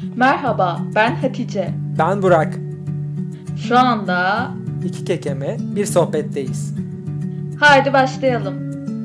Merhaba, ben Hatice. Ben Burak. Şu anda İki kekeme bir sohbetteyiz. haydi başlayalım.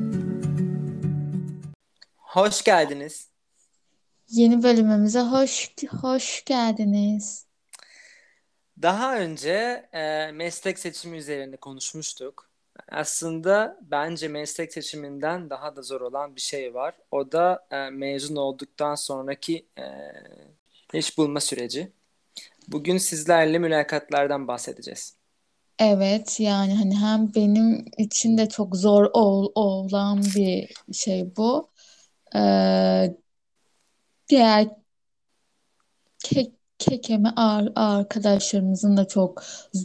Hoş geldiniz. Yeni bölümümüze hoş geldiniz. Daha önce meslek seçimi üzerine konuşmuştuk. Aslında bence meslek seçiminden daha da zor olan bir şey var. O da mezun olduktan sonraki iş bulma süreci. Bugün sizlerle mülakatlardan bahsedeceğiz. Evet, yani hani hem benim için de çok zor olan bir şey bu. Ee, Diğer kekeme arkadaşlarımızın da çok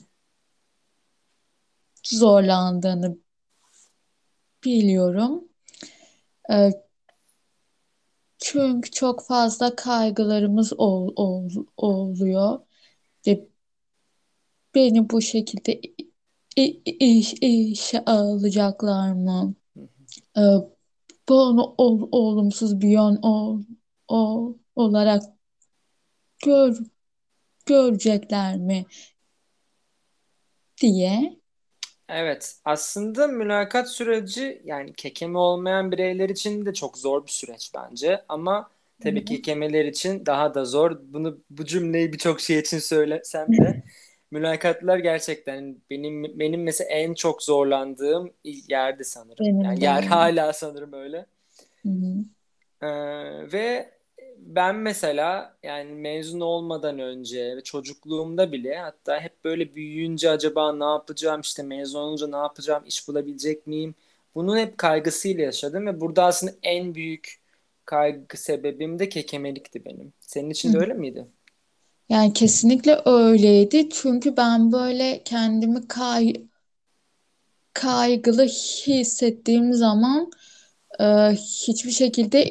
zorlandığını biliyorum. Ee, Çünkü çok fazla kaygılarımız oluyor ve beni bu şekilde işe alacaklar mı? Ee, Bunu olumsuz bir yön olarak gör, görecekler mi diye. Evet, aslında mülakat süreci yani kekeme olmayan bireyler için de çok zor bir süreç bence. Ama tabii ki kekemeler için daha da zor. Bu cümleyi birçok şey için söylesem de mülakatlar gerçekten benim mesela en çok zorlandığım yerdi sanırım. Benim Yani de yer öyle. hala sanırım öyle. Hı hı. Ve ben mesela yani mezun olmadan önce ve çocukluğumda bile hatta hep böyle büyüyünce acaba ne yapacağım işte mezun olunca ne yapacağım iş bulabilecek miyim? Bunun hep kaygısıyla yaşadım ve burada aslında en büyük kaygı sebebim de kekemelikti benim. Senin için Hı. de öyle miydi? Yani kesinlikle öyleydi. Çünkü ben böyle kendimi kaygılı hissettiğim zaman e, hiçbir şekilde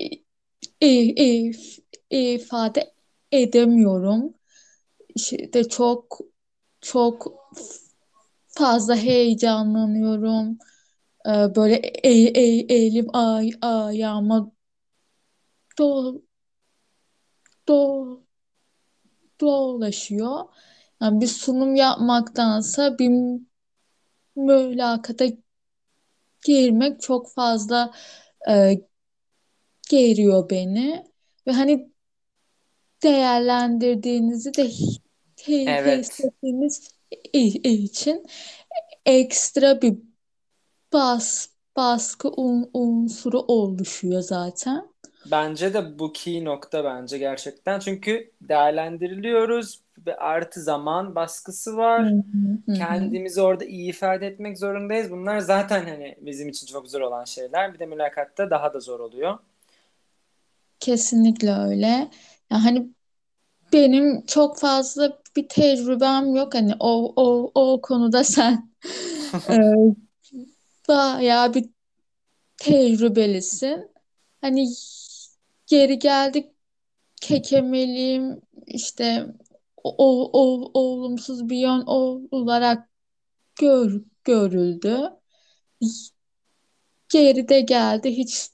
ifade edemiyorum. İşte çok fazla heyecanlanıyorum. Böyle elim ayağıma do, do, dolaşıyor. Yani bir sunum yapmaktansa bir mülakata girmek çok fazla e, geriyor beni. Ve hani değerlendirdiğinizi de Evet. hissettiğiniz için ekstra bir baskı unsuru oluşuyor zaten. Bence de bu key nokta bence gerçekten. Çünkü değerlendiriliyoruz ve artı zaman baskısı Hı var. hı, hı hı. Kendimizi orada iyi ifade etmek zorundayız. Bunlar zaten hani bizim için çok zor olan şeyler. Bir de mülakatta daha da zor oluyor. Kesinlikle öyle. Ya hani benim çok fazla bir tecrübem yok. Hani o konuda sen e, bayağı bir tecrübelisin. Hani geri geldik kekemeliyim işte olumsuz bir yön olarak görüldü. Geride geldi. Hiç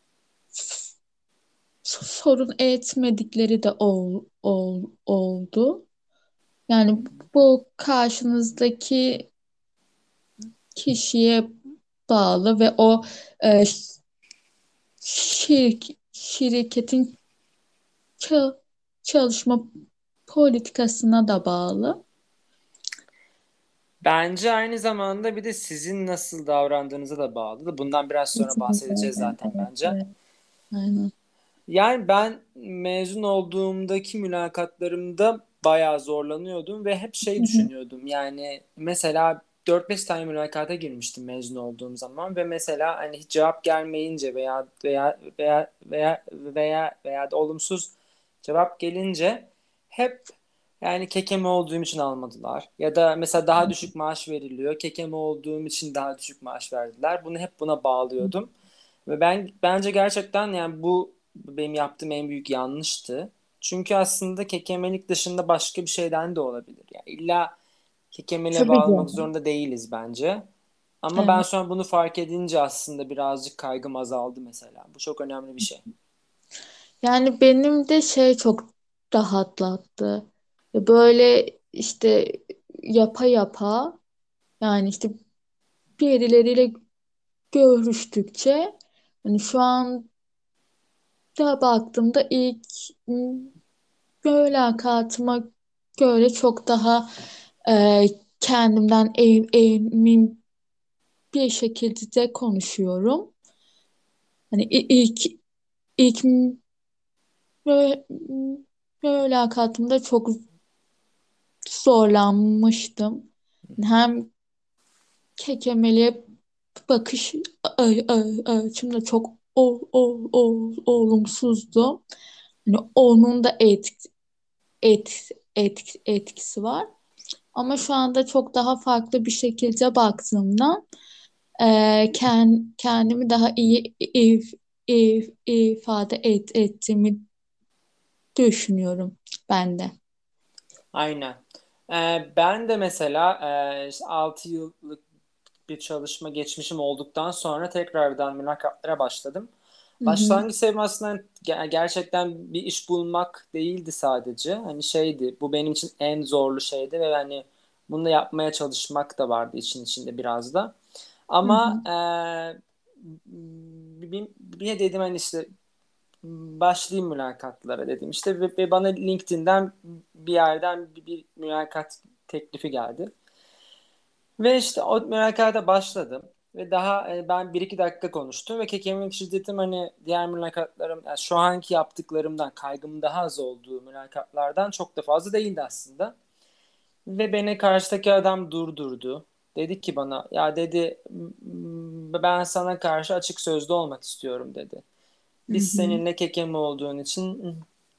sorun etmedikleri de oldu. Yani bu karşınızdaki kişiye bağlı ve o e, şirketin ça- çalışma politikasına da bağlı. Bence aynı zamanda bir de sizin nasıl davrandığınıza da bağlı. Bundan biraz sonra Kesinlikle bahsedeceğiz öyle. zaten Evet, bence. evet. Aynen. Yani ben mezun olduğumdaki mülakatlarımda bayağı zorlanıyordum ve hep şey Hı hı. düşünüyordum. Yani mesela 4-5 tane mülakata girmiştim mezun olduğum zaman ve mesela hani hiç cevap gelmeyince veya da olumsuz cevap gelince hep yani kekeme olduğum için almadılar. Ya da mesela daha düşük maaş veriliyor. Kekeme olduğum için daha düşük maaş verdiler. Bunu hep buna bağlıyordum. Ve bence gerçekten yani bu benim yaptığım en büyük yanlıştı. Çünkü aslında kekemelik dışında başka bir şeyden de olabilir. Yani illa kekemeliğe Tabii bağlamak canım. zorunda değiliz bence. Ama ben Evet. sonra bunu fark edince aslında birazcık kaygım azaldı mesela. Bu çok önemli bir şey. Yani benim de şey çok rahatlattı. Ve böyle işte yapa yapa, yani işte birileriyle görüştükçe, hani şu anda baktığımda ilk mülakatıma göre çok daha e, kendimden emin bir şekilde konuşuyorum. Hani ilk mü- mülakatımda çok zorlanmıştım. Hem kekemeliğe bakış açım da çok olumsuzdu. Hani onun da etkisi var. Ama şu anda çok daha farklı bir şekilde baktığımda kendimi daha iyi ifade ettiğimi düşünüyorum ben de. Aynen. Ben de mesela işte 6 yıllık bir çalışma geçmişim olduktan sonra tekrardan mülakatlara başladım. Hı hı. Başlangıç seviyem aslında gerçekten bir iş bulmak değildi sadece. Hani şeydi, bu benim için en zorlu şeydi ve hani bunu da yapmaya çalışmak da vardı için içinde biraz da. Hı Ama hı. bir dedim hani işte başlayayım mülakatlara dedim. İşte ve bana LinkedIn'den bir yerden bir mülakat teklifi geldi. Ve işte o mülakata başladım. Ve daha ben bir iki dakika konuştum ve kekemin şiddetim hani diğer mülakatlarım, yani şu anki yaptıklarımdan kaygım daha az olduğu mülakatlardan çok da fazla değildi aslında. Ve beni karşıdaki adam durdurdu. Dedi ki bana, ya dedi, Ben sana karşı açık sözlü olmak istiyorum," dedi. Hı "Biz hı. seninle kekem olduğun için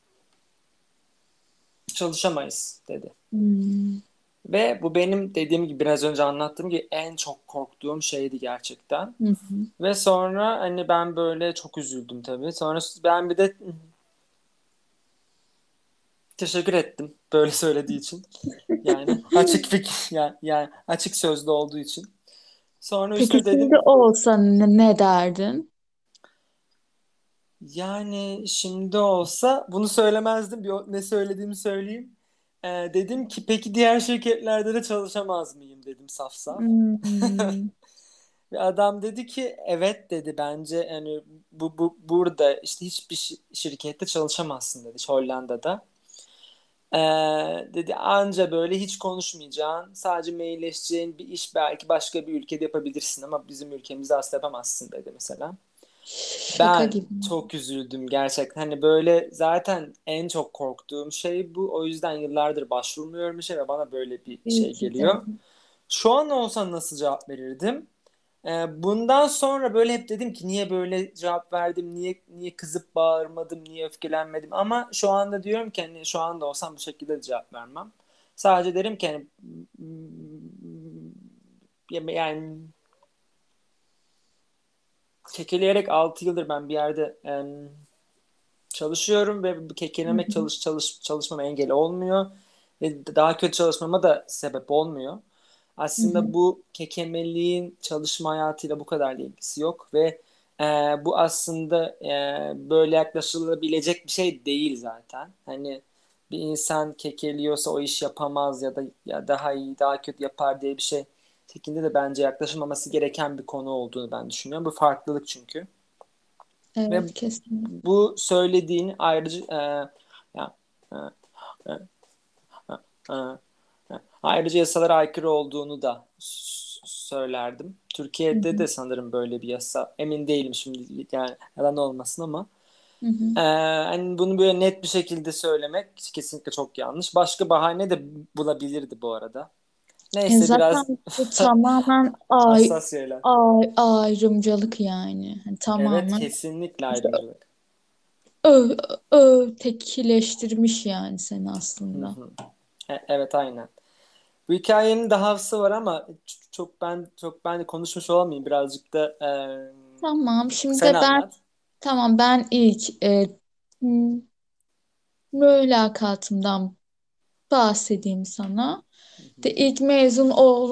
çalışamayız," dedi. Hmm. Ve bu benim dediğim gibi biraz önce anlattığım gibi en çok korktuğum şeydi gerçekten. Hı hı. Ve sonra hani ben böyle çok üzüldüm tabii. Sonra ben bir de teşekkür ettim böyle söylediği için. Yani açık fikir yani açık sözlü olduğu için. Sonra Peki üstüne şimdi dedim, olsa ne derdin? yani şimdi olsa bunu söylemezdim. Ne söylediğimi söyleyeyim. Dedim ki peki diğer şirketlerde de çalışamaz mıyım dedim saf saf. Hmm. Ve adam dedi ki evet dedi, bence yani burada işte hiçbir şirkette çalışamazsın dedi, Hollanda'da. Dedi anca böyle hiç konuşmayacağın, sadece mailleşeceğin bir iş belki başka bir ülkede yapabilirsin ama bizim ülkemizde asla yapamazsın dedi mesela. Şaka Ben gibi. çok üzüldüm gerçekten. Hani böyle zaten en çok korktuğum şey bu. O yüzden yıllardır başvurmuyorum işe ve bana böyle bir İyi şey ki de. geliyor. Şu an olsa nasıl cevap verirdim? Bundan sonra böyle hep dedim ki niye böyle cevap verdim, niye kızıp bağırmadım, niye öfkelenmedim. Ama şu anda diyorum ki hani şu anda olsam bu şekilde de cevap vermem. Sadece derim ki hani yani kekeleyerek 6 yıldır ben bir yerde çalışıyorum ve bu Hı kekelemek hı. çalışmama engel olmuyor ve daha kötü çalışmama da sebep olmuyor. Hı hı. Aslında bu kekemeliğin çalışma hayatıyla bu kadar ilgisi yok ve e, bu aslında böyle yaklaşılabilecek bir şey değil zaten. Hani bir insan kekeliyorsa o iş yapamaz ya da ya daha iyi, daha kötü yapar diye bir şey şeklinde de bence yaklaşılmaması gereken bir konu olduğunu ben düşünüyorum. Bu farklılık çünkü. Ve Evet, kesin. bu söylediğin ayrıca ya, e, e, e, ayrıca yasalara aykırı olduğunu da söylerdim. Hı Türkiye'de hı. de sanırım böyle bir yasa. Emin değilim şimdi, yani yalan olmasın ama Hı hı. hani bunu böyle net bir şekilde söylemek kesinlikle çok yanlış. Başka bahane de bulabilirdi bu arada. Neyse, Zaten biraz bu tamamen hassas şeyler. ayrımcılık yani. Hani Evet, tamamen kesinlikle işte ayrımcılık. ötekileştirmiş yani seni Hı aslında. hı. Evet, aynen. Bu hikayenin dahası var ama çok ben de konuşmuş olamayayım, birazcık da Tamam, şimdi sen de anlat. ben ilk m- mülakatımdan bahsedeyim sana. Hı De hı. ilk mezun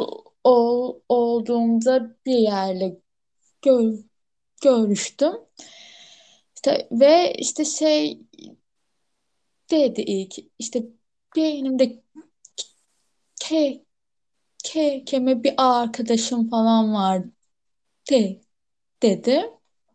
olduğumda bir yerle gö- görüştüm. İşte ve işte şey, dedi ilk. İşte benim de ke keme bir arkadaşım falan var de dedi.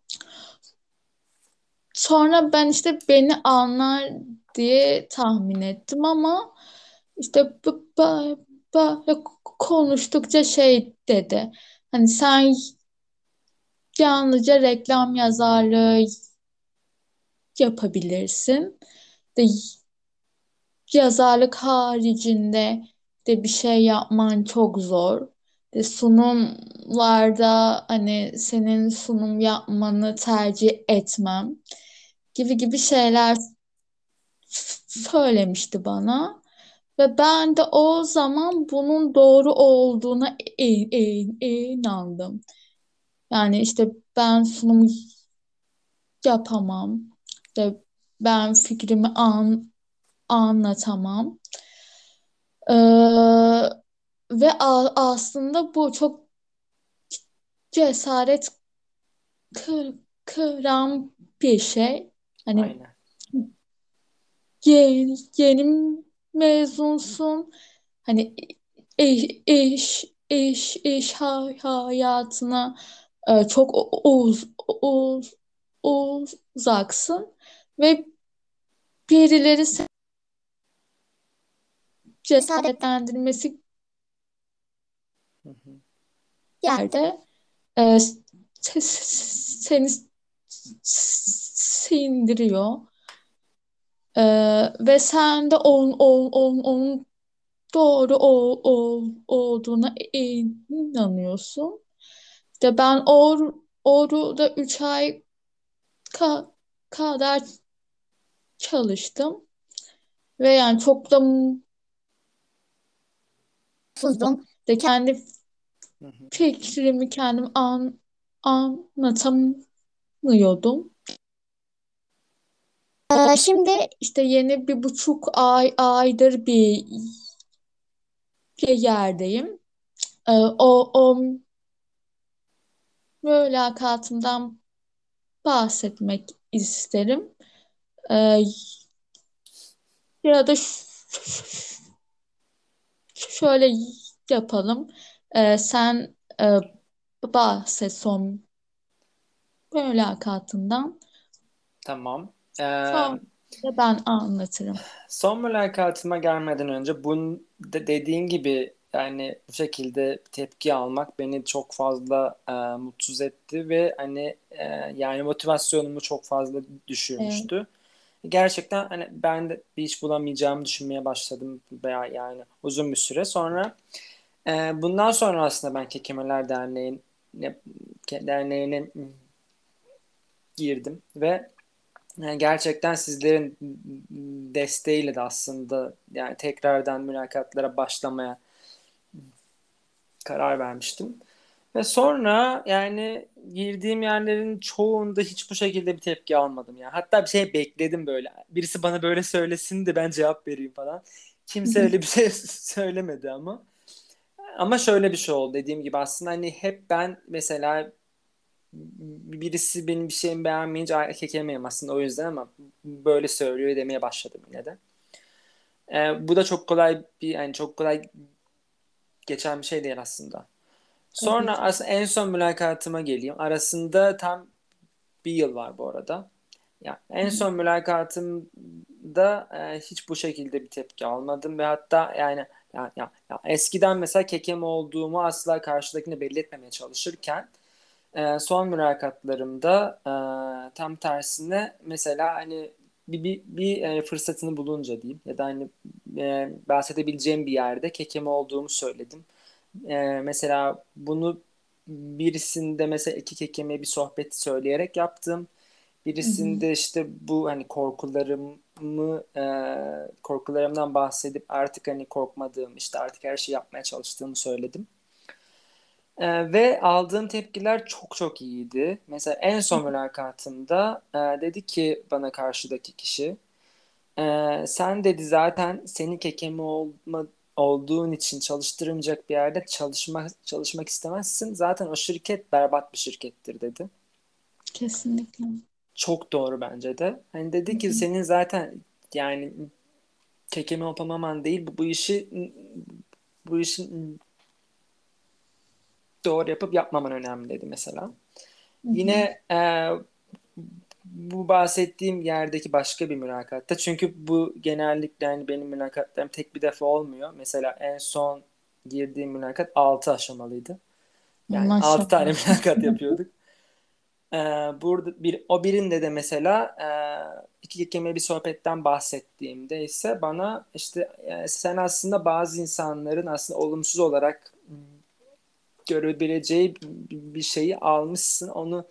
Sonra ben işte beni anlar diye tahmin ettim ama işte böyle konuştukça şey dedi. Hani sen yalnızca reklam yazarlığı yapabilirsin. De yazarlık haricinde de bir şey yapman çok zor. De sunumlarda hani senin sunum yapmanı tercih etmem gibi şeyler söylemişti bana. Ve ben de o zaman bunun doğru olduğuna inandım. Yani işte ben sunum yapamam. İşte ben fikrimi anlatamam. Ee, ve aslında bu çok cesaret kır kıran bir şey. Hani Aynen. yeni mezunsun. Hani hayatına çok uzaksın ve birileri seni cesaretlendirmesi Hı hı. yerde e, seni sindiriyor. E, ve sen de onun doğru olduğuna inanıyorsun. İşte ben orada 3 ay ka- kadar çalıştım ve yani çok da mutsuzdum. De kendi Hı hı. fikrimi kendim anlatamıyordum. Şimdi işte yeni 1,5 aydır bir yerdeyim. O mülakatımdan bahsetmek isterim. Ee, ya da şöyle yapalım. Sen bahset son mülakatından. Tamam. Sonra da ben anlatırım. Son mülakatıma gelmeden önce bunun dediğin gibi yani bu şekilde tepki almak beni çok fazla mutsuz etti ve hani yani motivasyonumu çok fazla Ee, düşürmüştü. Gerçekten hani ben de bir iş bulamayacağımı düşünmeye başladım veya yani uzun bir süre sonra. Bundan sonra aslında ben Kekemeler Derneği'ne girdim ve yani gerçekten sizlerin desteğiyle de aslında yani tekrardan mülakatlara başlamaya karar vermiştim. Ve sonra yani girdiğim yerlerin çoğunda hiç bu şekilde bir tepki almadım. Yani hatta bir şey bekledim böyle. Birisi bana böyle söylesin de ben cevap vereyim falan. Kimse öyle bir şey söylemedi ama. Ama şöyle bir şey oldu dediğim gibi aslında hani hep ben mesela birisi benim bir şeyimi beğenmeyince erkek yemeyim aslında o yüzden ama böyle söylüyor demeye başladım yine de. Bu da çok kolay bir yani çok kolay geçen bir şey değil aslında. Tabii Sonra ki. aslında en son mülakatıma geleyim. Arasında tam bir yıl var bu arada. Ya en son mülakatımda hiç bu şekilde bir tepki almadım ve hatta yani ya eskiden mesela kekem olduğumu asla karşıdakine belli etmemeye çalışırken son mülakatlarımda tam tersine mesela hani bir fırsatını bulunca diyeyim ya da hani bahsedebileceğim bir yerde kekeme olduğumu söyledim. Mesela bunu birisinde mesela iki kekeme bir sohbet söyleyerek yaptım. Hı hı. Birisinde işte bu hani korkularımdan bahsedip artık hani korkmadığım işte artık her şeyi yapmaya çalıştığımı söyledim. Ve aldığım tepkiler çok çok iyiydi. Mesela en son mülakatımda dedi ki bana karşıdaki kişi sen dedi zaten senin kekeme olduğun için çalıştırılmayacak bir yerde çalışmak istemezsin. Zaten o şirket berbat bir şirkettir dedi. Kesinlikle. Çok doğru bence de. Hani Hı dedi ki hı. senin zaten yani kekeme yapamaman değil, bu işi doğru yapıp yapmaman önemli dedi mesela. Hı hı. Yine bu bahsettiğim yerdeki başka bir mülakatta, çünkü bu genellikle yani benim mülakatlarım tek bir defa olmuyor. Mesela en son girdiğim mülakat 6 aşamalıydı. Yani 6 tane Maşallah. mülakat yapıyorduk. Ee, burada o birinde de mesela iki kekeme bir sohbetten bahsettiğimde ise bana işte sen aslında bazı insanların aslında olumsuz olarak görebileceği bir şeyi almışsın, onu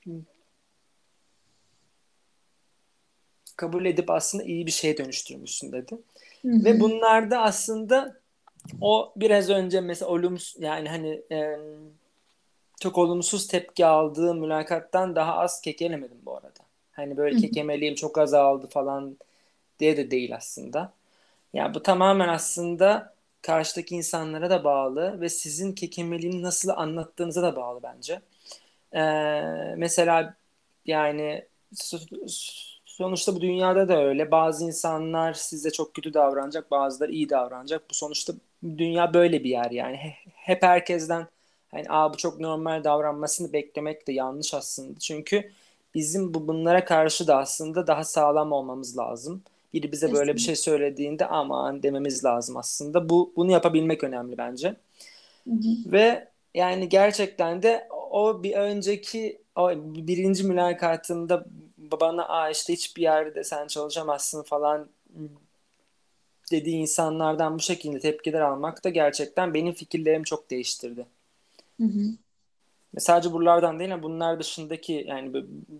kabul edip aslında iyi bir şeye dönüştürmüşsün dedi. Hı Ve hı. bunlarda aslında o biraz önce mesela olumsuz, yani hani çok olumsuz tepki aldığım mülakattan daha az kekelemedim bu arada. Hani böyle Hı hı. kekemeliğim çok azaldı falan diye de değil aslında. Yani bu tamamen aslında karşıdaki insanlara da bağlı ve sizin kekemeliğini nasıl anlattığınıza da bağlı bence. Mesela yani sonuçta bu dünyada da öyle. Bazı insanlar size çok kötü davranacak, bazıları iyi davranacak. Bu sonuçta dünya böyle bir yer yani. Hep herkesten hani bu çok normal davranmasını beklemek de yanlış aslında. Çünkü bizim bunlara karşı da aslında daha sağlam olmamız lazım. Biri bize böyle bir Kesin. şey söylediğinde aman dememiz lazım aslında. Bunu yapabilmek önemli bence. Hı hı. Ve yani gerçekten de o bir önceki o birinci mülakatında bana işte hiçbir yerde sen çalışamazsın falan dediği insanlardan bu şekilde tepkiler almak da gerçekten benim fikirlerimi çok değiştirdi. Hı hı. Ve sadece buralardan değil ama bunlar dışındaki yani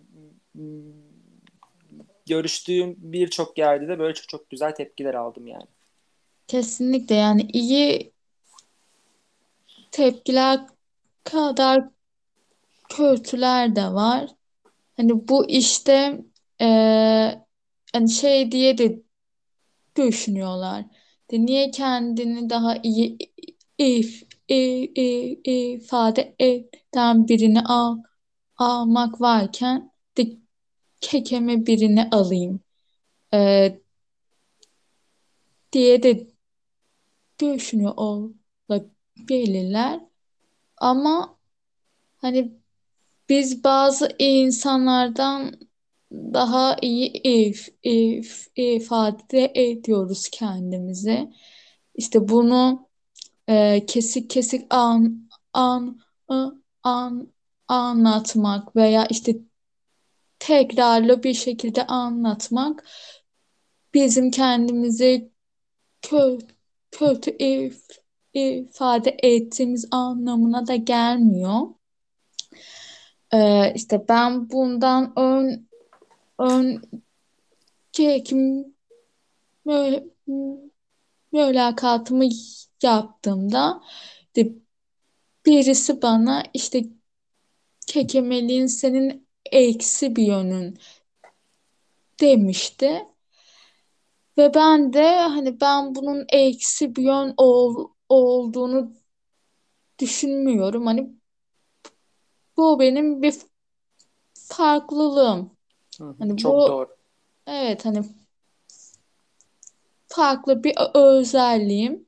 görüştüğüm birçok yerde de böyle çok çok güzel tepkiler aldım yani. Kesinlikle yani iyi tepkiler kadar kötüler de var. Hani bu işte hani şey diye de düşünüyorlar. De niye kendini daha iyi ifade eden birini almak varken de kekeme birini alayım eee, diye de düşünüyor olabilirler. Ama hani biz bazı insanlardan daha iyi ifade ediyoruz kendimizi. İşte bunu kesik kesik an anlatmak veya işte tekrarlı bir şekilde anlatmak bizim kendimizi kö kötü ifade ettiğimiz anlamına da gelmiyor. İşte ben bundan önceki mü- mülakatımı yaptığımda işte birisi bana işte kekemeliğin senin eksi bir yönün demişti. Ve ben de hani ben bunun eksi bir yön olduğunu düşünmüyorum. Hani bu benim bir farklılığım. Hı hı, Hani çok bu doğru. evet hani farklı bir özelliğim.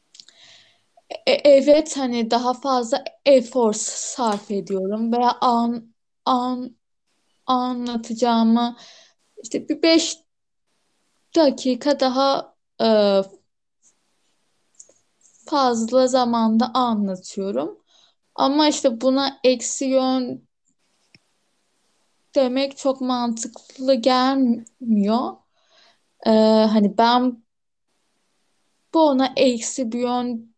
Evet hani daha fazla efor sarf ediyorum veya an anlatacağımı işte bir 5 dakika daha fazla zamanda anlatıyorum. Ama işte buna eksi yön demek çok mantıklı gelmiyor. Ee, Hani ben bu ona eksi bir yön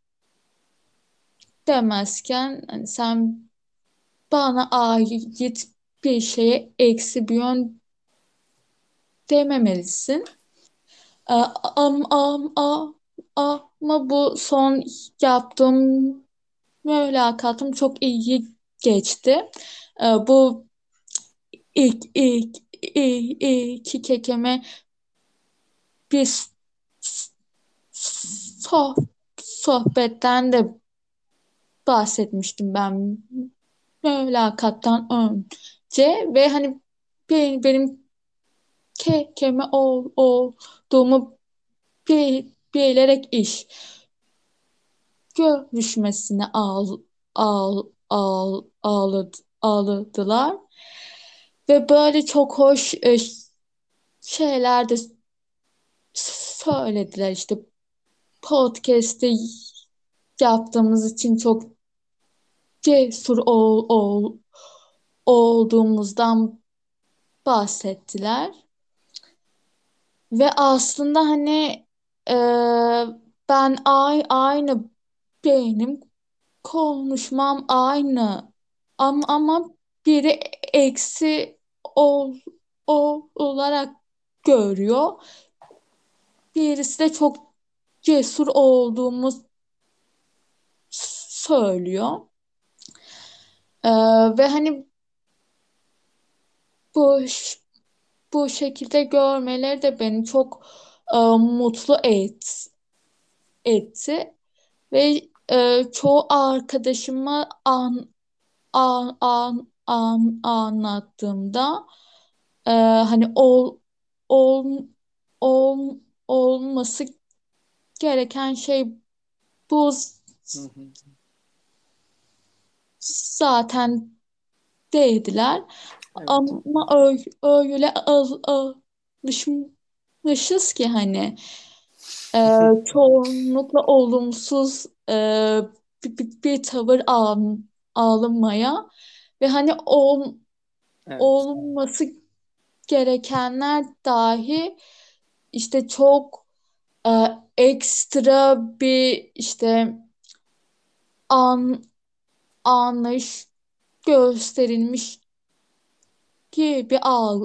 demezken hani sen bana ait bir şeye eksi bir yön dememelisin. Ee, ama bu son yaptığım mülakatım çok iyi geçti. Bu iki kekeme bir soh sohbetten de bahsetmiştim ben mülakattan önce ve hani benim kekeme olduğunu bilerek iş görüşmesine ağladılar ve böyle çok hoş şeyler de söylediler. İşte podcast'te yaptığımız için çok cesur olduğumuzdan bahsettiler. Ve aslında hani e, ben aynı, benim konuşmam aynı ama biri eksi olarak görüyor. Birisi de çok cesur olduğumu söylüyor. E, ve hani bu bu şekilde görmeleri de beni çok mutlu etti. Ve çoğu arkadaşıma anlattığımda hani ol, ol, olması gereken şey bu Hı hı. zaten dediler. Evet. Ama öyle alışmışız ki hani çoğunlukla olumsuz bir tavır alınmaya ve hani Evet. olması gerekenler dahi işte çok e, ekstra bir işte an, anlayış gösterilmiş gibi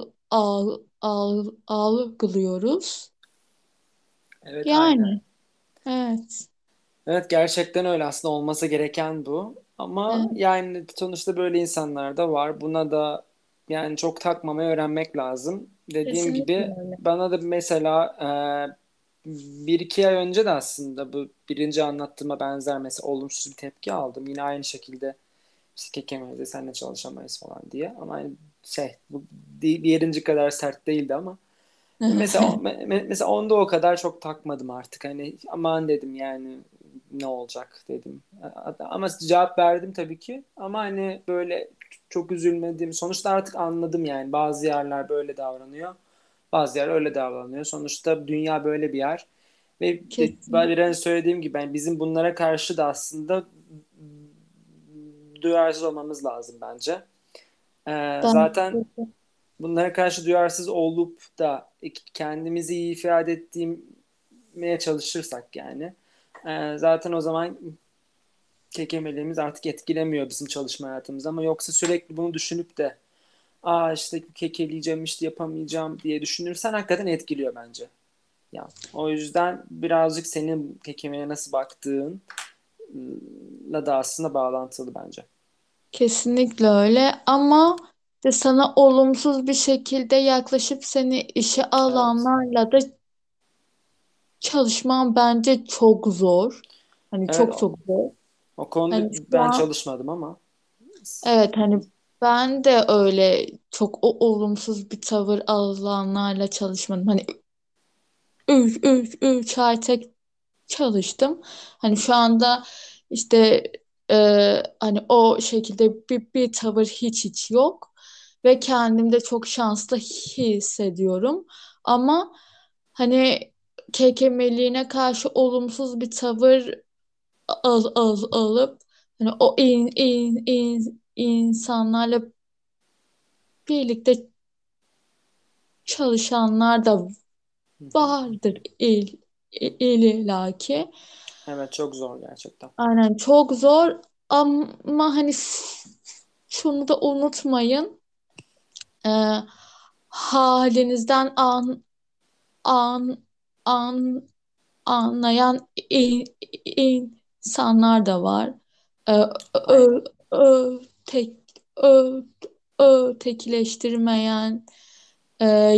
algılıyoruz. Evet, aynen. Yani evet. Evet, gerçekten öyle, aslında olması gereken bu. Ama Evet, yani sonuçta böyle insanlar da var. Buna da yani çok takmamayı öğrenmek lazım. Dediğim kesinlikle gibi öyle. bana da mesela bir iki ay önce de aslında bu birinci anlattığıma benzer mesela olumsuz bir tepki aldım. Yine aynı şekilde işte kekemeyiz, seninle çalışamayız falan diye. Ama hani bu diğerinci kadar sert değildi ama mesela onda o kadar çok takmadım artık. Hani aman dedim yani, ne olacak dedim. Ama cevap verdim tabii ki. Ama hani böyle çok üzülmedim. Sonuçta artık anladım yani. Bazı yerler böyle davranıyor. Bazı yer öyle davranıyor. Sonuçta dünya böyle bir yer. Ve ben biraz Kesinlikle. önce söylediğim gibi yani bizim bunlara karşı da aslında duyarsız olmamız lazım bence. Ben Zaten bunlara karşı duyarsız olup da kendimizi iyi ifade etmeye çalışırsak yani zaten o zaman kekemeliğimiz artık etkilemiyor bizim çalışma hayatımızı, ama yoksa sürekli bunu düşünüp de işte kekeleyeceğim, işte yapamayacağım diye düşünürsen hakikaten etkiliyor bence. Ya o yüzden birazcık senin kekemeye nasıl baktığınla da aslında bağlantılı bence. kesinlikle öyle ama de sana olumsuz bir şekilde yaklaşıp seni işe Evet. alanlarla da çalışman bence çok zor. Hani Evet, çok çok zor. o konuda Hani şu ben an çalışmadım ama evet hani ben de öyle çok olumsuz bir tavır alanlarla çalışmadım. Hani 3 ay tek çalıştım. Hani şu anda işte hani o şekilde bir tavır hiç yok ve kendimde çok şanslı hissediyorum. Ama hani kekemeliğine karşı olumsuz bir tavır alıp hani o insanlarla birlikte çalışanlar da vardır illaki. evet, çok zor gerçekten. Aynen çok zor ama hani şunu da unutmayın. Ee, halinizden an, an, anlayan insanlar da var. Ee, ö, Aynen. ö, tek, ö, ötekileştirmeyen, e,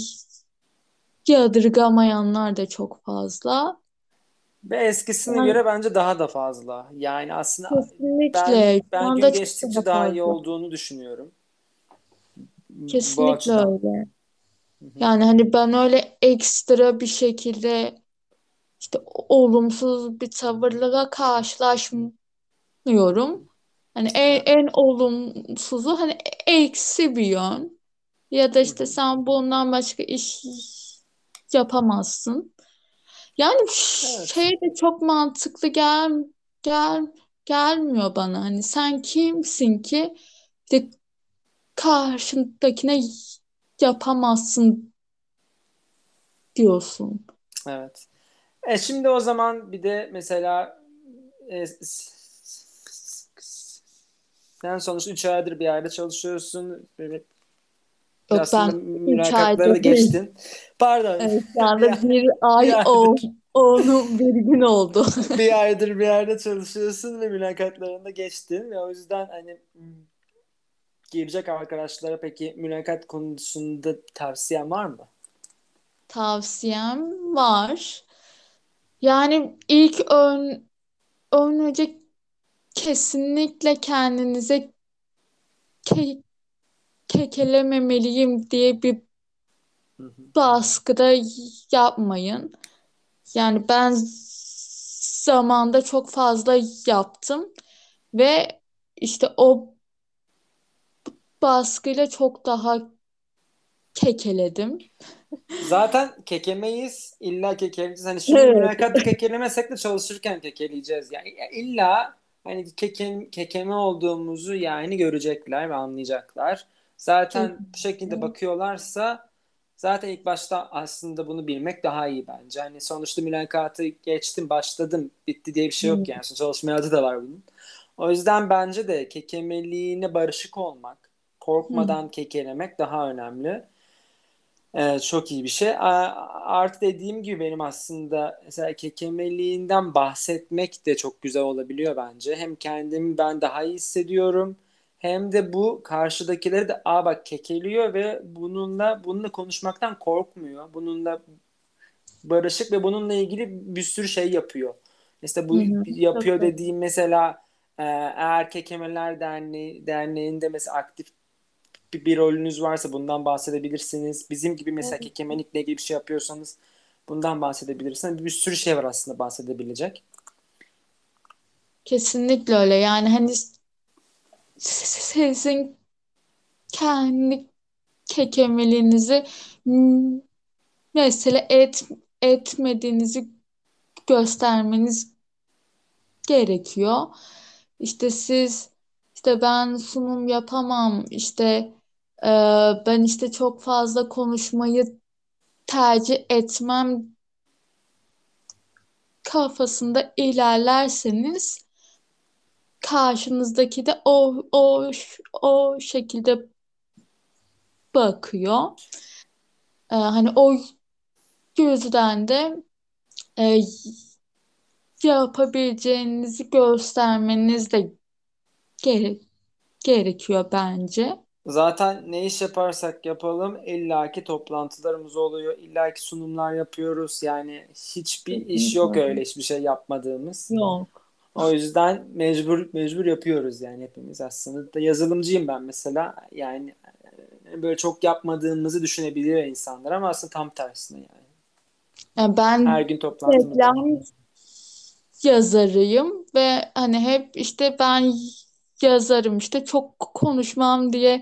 yadırgamayanlar da çok fazla. Ve eskisine Yani göre bence daha da fazla. Yani aslında ben kesinlikle şu ben gün anda çok daha geçtikçe daha iyi fazla. olduğunu düşünüyorum bu Kesinlikle açıdan. öyle. Hı hı. Yani hani ben öyle ekstra bir şekilde işte olumsuz bir tavırla karşılaşmıyorum. Hani Evet. en olumsuzu hani eksi bir yön. Ya da Hı işte hı. sen bundan başka iş yapamazsın. Yani Evet. şey de çok mantıklı gel gelmiyor bana. Hani sen kimsin ki işte karşındakine yapamazsın diyorsun. Evet. Şimdi o zaman bir de mesela sen sonuçta 3 aydır bir yerde çalışıyorsun. Böyle Yok aslında ben 3 mülakatları da ayda değil. geçtin. Pardon. Evet, şu Bir, anda bir bir ay aydır onu bir gün oldu. bir aydır bir yerde çalışıyorsun ve mülakatlarını da geçtin ve o yüzden hani girecek arkadaşlara peki mülakat konusunda tavsiyen var mı? Tavsiyem var. Yani önce kesinlikle kendinize ke kekelememeliyim diye bir Hı hı. baskıda yapmayın. Yani ben zamanda çok fazla yaptım ve işte o baskıyla çok daha kekeledim. Zaten kekemeyiz. İlla kekeleyeceğiz. Hani şimdi Evet. mülakatta kekelemesek de çalışırken kekeleyeceğiz. Yani illa hani kekeme olduğumuzu yani görecekler ve anlayacaklar. Zaten bu şekilde Kesinlikle. bakıyorlarsa zaten ilk başta aslında bunu bilmek daha iyi bence. Hani sonuçta mülakatı geçtim, başladım, bitti diye bir şey yok yani. Sonuçta çalışma hayatı da var bunun. O yüzden bence de kekemeliğine barışık olmak, Hı. korkmadan kekelemek daha önemli. Çok iyi bir şey. Artı dediğim gibi benim aslında mesela kekemeliğinden bahsetmek de çok güzel olabiliyor bence. Hem kendimi ben daha iyi hissediyorum. Hem de bu karşıdakileri de bak kekeliyor ve bununla konuşmaktan korkmuyor. Bununla barışık ve bununla ilgili bir sürü şey yapıyor. Mesela Hı bu hı. Çok yapıyor doğru. dediğim mesela eğer Kekemeler Derneği'nde mesela aktif bir rolünüz varsa bundan bahsedebilirsiniz. Bizim gibi mesela Evet. kekemelikle ilgili bir şey yapıyorsanız bundan bahsedebilirsiniz. Bir sürü şey var aslında bahsedebilecek. Kesinlikle öyle. Yani hani sizin kendi kekemeliğinizi m, mesele etmediğinizi göstermeniz gerekiyor. İşte siz işte ben sunum yapamam işte e, ben işte çok fazla konuşmayı tercih etmem kafasında ilerlerseniz karşınızdaki de o şekilde bakıyor. Hani o yüzden de e, yapabileceğinizi göstermeniz de gere- gerekiyor bence. Zaten ne iş yaparsak yapalım illaki toplantılarımız oluyor. İllaki sunumlar yapıyoruz. Yani hiçbir iş Kesinlikle yok öyle öyle. hiçbir şey yapmadığımız. Yok. O yüzden mecbur yapıyoruz yani hepimiz aslında. Da yazılımcıyım ben mesela. Yani böyle çok yapmadığımızı düşünebilir insanlar ama aslında tam tersine yani. Yani Her ben gün toplantımız var. reklam yazarıyım ve hani hep işte ben yazarım işte çok konuşmam diye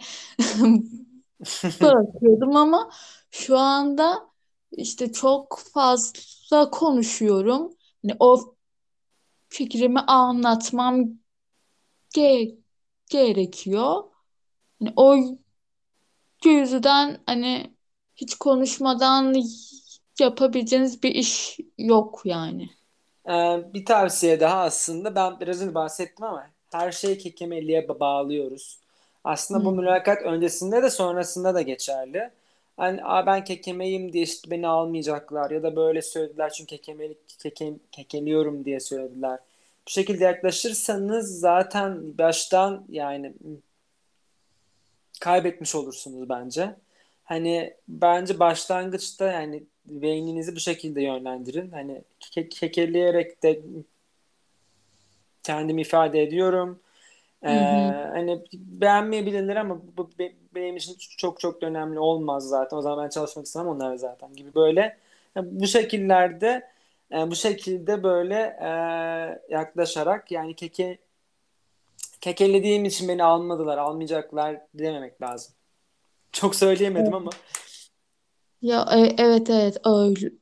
bakıyordum ama şu anda işte çok fazla konuşuyorum. Hani o fikrimi anlatmam ge- gerekiyor. Hani o yüzden hani hiç konuşmadan yapabileceğiniz bir iş yok yani. Bir tavsiye daha aslında ben biraz önce bahsettim ama her şeyi kekemeliğe bağlıyoruz. Aslında bu Hı. mülakat öncesinde de sonrasında da geçerli. Hani ben kekemeyim diye işte beni almayacaklar ya da böyle söylediler çünkü kekeliyorum diye söylediler. Bu şekilde yaklaşırsanız zaten baştan yani kaybetmiş olursunuz bence. Hani bence başlangıçta yani beyninizi bu şekilde yönlendirin. Hani kekeleyerek de kendimi ifade ediyorum. Ee, Hı hı. Hani beğenmeyebilirler ama bu benim için çok çok da önemli olmaz zaten. O zaman ben çalışmak istemem onlar zaten gibi böyle. Bu şekillerde bu şekilde böyle yaklaşarak yani kekelediğim için beni almadılar, almayacaklar dememek lazım. Çok söyleyemedim ama. Ya evet evet öyle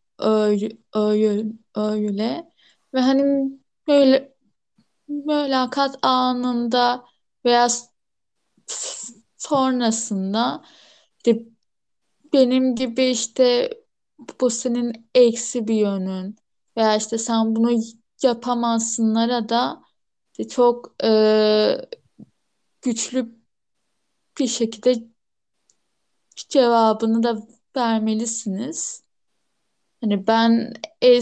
öyle ve hani böyle mülakat anında veya sonrasında işte benim gibi işte bu senin eksi bir yönün veya işte sen bunu yapamazsınlara da işte çok güçlü bir şekilde cevabını da vermelisiniz. Hani ben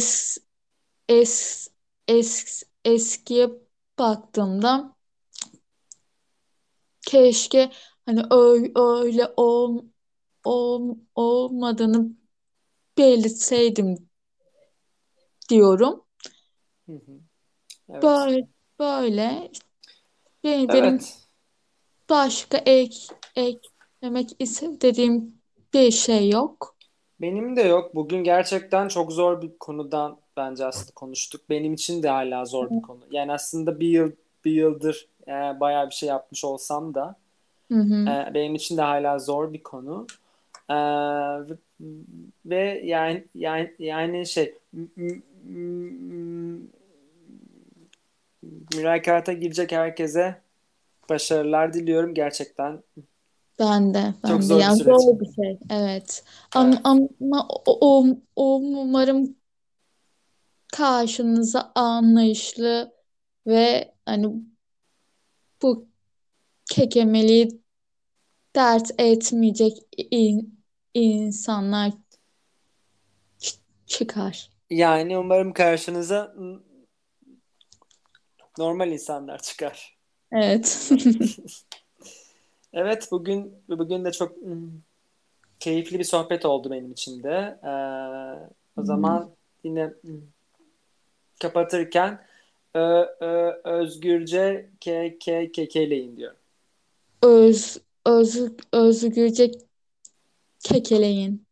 es, eskiye baktığımda keşke hani öyle olmadığını belirtseydim diyorum. Hı hı. Evet. Böyle böyle benim Evet. başka eklemek istediğim bir şey yok. Benim de yok. Bugün gerçekten çok zor bir konudan bence aslında konuştuk. Benim için de hala zor bir konu. Yani aslında bir yıldır bayağı bir şey yapmış olsam da Hı hı. benim için de hala zor bir konu. E, ve yani şey mülakata girecek herkese başarılar diliyorum gerçekten. Çok Ben de zor bir yani süreç. zor bir şey evet. Evet. Ama umarım karşınıza anlayışlı ve hani bu kekemeliği dert etmeyecek insanlar çıkar. Yani umarım karşınıza normal insanlar çıkar. Evet. Evet bugün de çok keyifli bir sohbet oldu benim için de. O zaman yine kapatırken özgürce kekeleyin diyorum. Öz, özgürce kekeleyin.